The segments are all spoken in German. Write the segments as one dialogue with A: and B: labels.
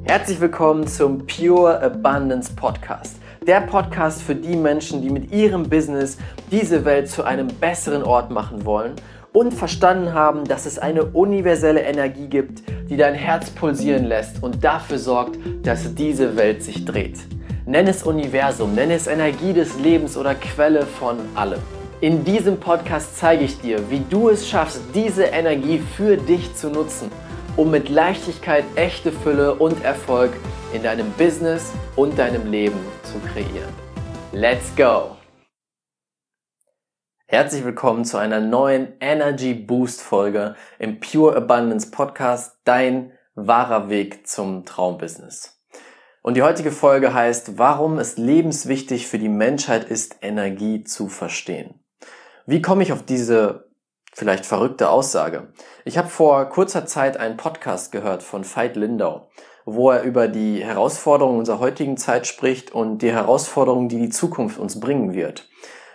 A: Herzlich willkommen zum Pure Abundance Podcast. Der Podcast für die Menschen, die mit ihrem Business diese Welt zu einem besseren Ort machen wollen und verstanden haben, dass es eine universelle Energie gibt, die dein Herz pulsieren lässt und dafür sorgt, dass diese Welt sich dreht. Nenn es Universum, nenn es Energie des Lebens oder Quelle von allem. In diesem Podcast zeige ich dir, wie du es schaffst, diese Energie für dich zu nutzen, um mit Leichtigkeit echte Fülle und Erfolg in deinem Business und deinem Leben zu kreieren. Let's go! Herzlich willkommen zu einer neuen Energy Boost Folge im Pure Abundance Podcast, dein wahrer Weg zum Traumbusiness. Und die heutige Folge heißt, warum es lebenswichtig für die Menschheit ist, Energie zu verstehen. Wie komme ich auf diese vielleicht verrückte Aussage? Ich habe vor kurzer Zeit einen Podcast gehört von Veit Lindau, wo er über die Herausforderungen unserer heutigen Zeit spricht und die Herausforderungen, die die Zukunft uns bringen wird.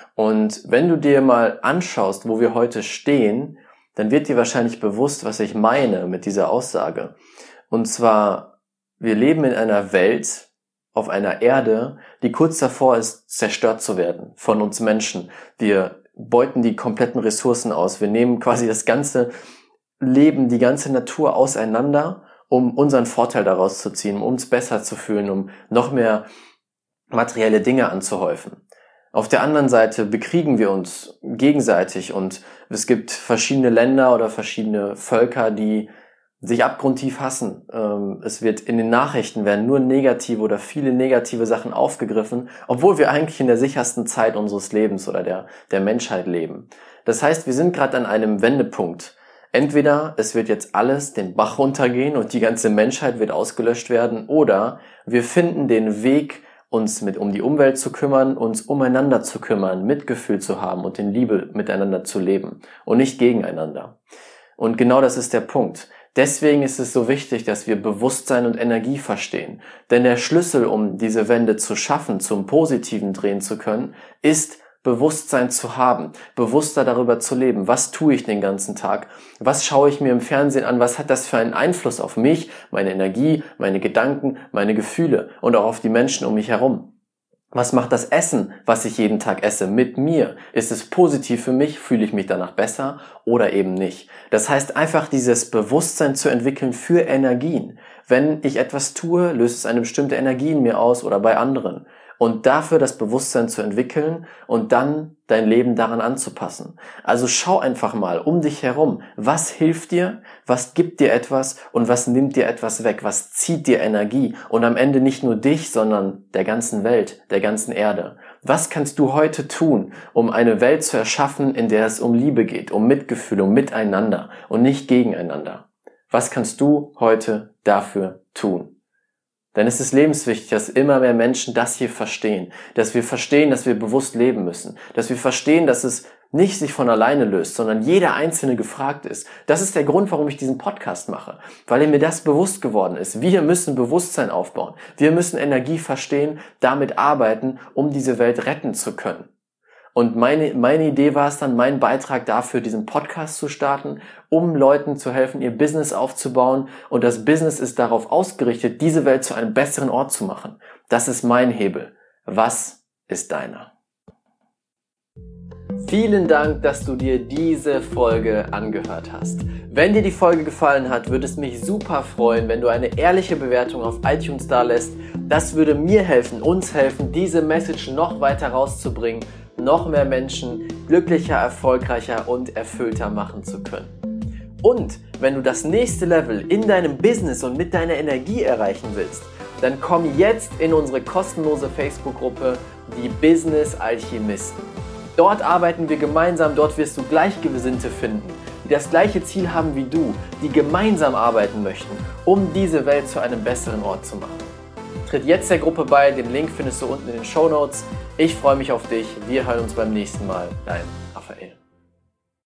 A: Und wenn du dir mal anschaust, wo wir heute stehen, dann wird dir wahrscheinlich bewusst, was ich meine mit dieser Aussage. Und zwar, wir leben in einer Welt, auf einer Erde, die kurz davor ist, zerstört zu werden von uns Menschen. Wir beuten die kompletten Ressourcen aus. Wir nehmen quasi das ganze Leben, die ganze Natur auseinander, um unseren Vorteil daraus zu ziehen, um uns besser zu fühlen, um noch mehr materielle Dinge anzuhäufen. Auf der anderen Seite bekriegen wir uns gegenseitig und es gibt verschiedene Länder oder verschiedene Völker, die sich abgrundtief hassen. Es wird in den Nachrichten werden nur negative oder viele negative Sachen aufgegriffen, obwohl wir eigentlich in der sichersten Zeit unseres Lebens oder der Menschheit leben. Das heißt, wir sind gerade an einem Wendepunkt. Entweder es wird jetzt alles den Bach runtergehen und die ganze Menschheit wird ausgelöscht werden, oder wir finden den Weg, uns um die Umwelt zu kümmern, uns umeinander zu kümmern, Mitgefühl zu haben und in Liebe miteinander zu leben und nicht gegeneinander. Und genau das ist der Punkt. Deswegen ist es so wichtig, dass wir Bewusstsein und Energie verstehen. Denn der Schlüssel, um diese Wende zu schaffen, zum Positiven drehen zu können, ist Bewusstsein zu haben, bewusster darüber zu leben. Was tue ich den ganzen Tag? Was schaue ich mir im Fernsehen an? Was hat das für einen Einfluss auf mich, meine Energie, meine Gedanken, meine Gefühle und auch auf die Menschen um mich herum? Was macht das Essen, was ich jeden Tag esse, mit mir? Ist es positiv für mich? Fühle ich mich danach besser oder eben nicht? Das heißt, einfach dieses Bewusstsein zu entwickeln für Energien. Wenn ich etwas tue, löst es eine bestimmte Energie in mir aus oder bei anderen. Und dafür das Bewusstsein zu entwickeln und dann dein Leben daran anzupassen. Also schau einfach mal um dich herum. Was hilft dir? Was gibt dir etwas? Und was nimmt dir etwas weg? Was zieht dir Energie? Und am Ende nicht nur dich, sondern der ganzen Welt, der ganzen Erde. Was kannst du heute tun, um eine Welt zu erschaffen, in der es um Liebe geht, um Mitgefühl, um Miteinander und nicht gegeneinander? Was kannst du heute dafür tun? Denn es ist lebenswichtig, dass immer mehr Menschen das hier verstehen. Dass wir verstehen, dass wir bewusst leben müssen. Dass wir verstehen, dass es nicht sich von alleine löst, sondern jeder Einzelne gefragt ist. Das ist der Grund, warum ich diesen Podcast mache. Weil mir das bewusst geworden ist. Wir müssen Bewusstsein aufbauen. Wir müssen Energie verstehen, damit arbeiten, um diese Welt retten zu können. Und meine Idee war es dann, meinen Beitrag dafür, diesen Podcast zu starten, um Leuten zu helfen, ihr Business aufzubauen. Und das Business ist darauf ausgerichtet, diese Welt zu einem besseren Ort zu machen. Das ist mein Hebel. Was ist deiner? Vielen Dank, dass du dir diese Folge angehört hast. Wenn dir die Folge gefallen hat, würde es mich super freuen, wenn du eine ehrliche Bewertung auf iTunes dalässt. Das würde mir helfen, uns helfen, diese Message noch weiter rauszubringen, noch mehr Menschen glücklicher, erfolgreicher und erfüllter machen zu können. Und wenn du das nächste Level in deinem Business und mit deiner Energie erreichen willst, dann komm jetzt in unsere kostenlose Facebook-Gruppe, die Business Alchemisten. Dort arbeiten wir gemeinsam, dort wirst du Gleichgesinnte finden, die das gleiche Ziel haben wie du, die gemeinsam arbeiten möchten, um diese Welt zu einem besseren Ort zu machen. Tritt jetzt der Gruppe bei, den Link findest du unten in den Shownotes. Ich freue mich auf dich, wir hören uns beim nächsten Mal. Dein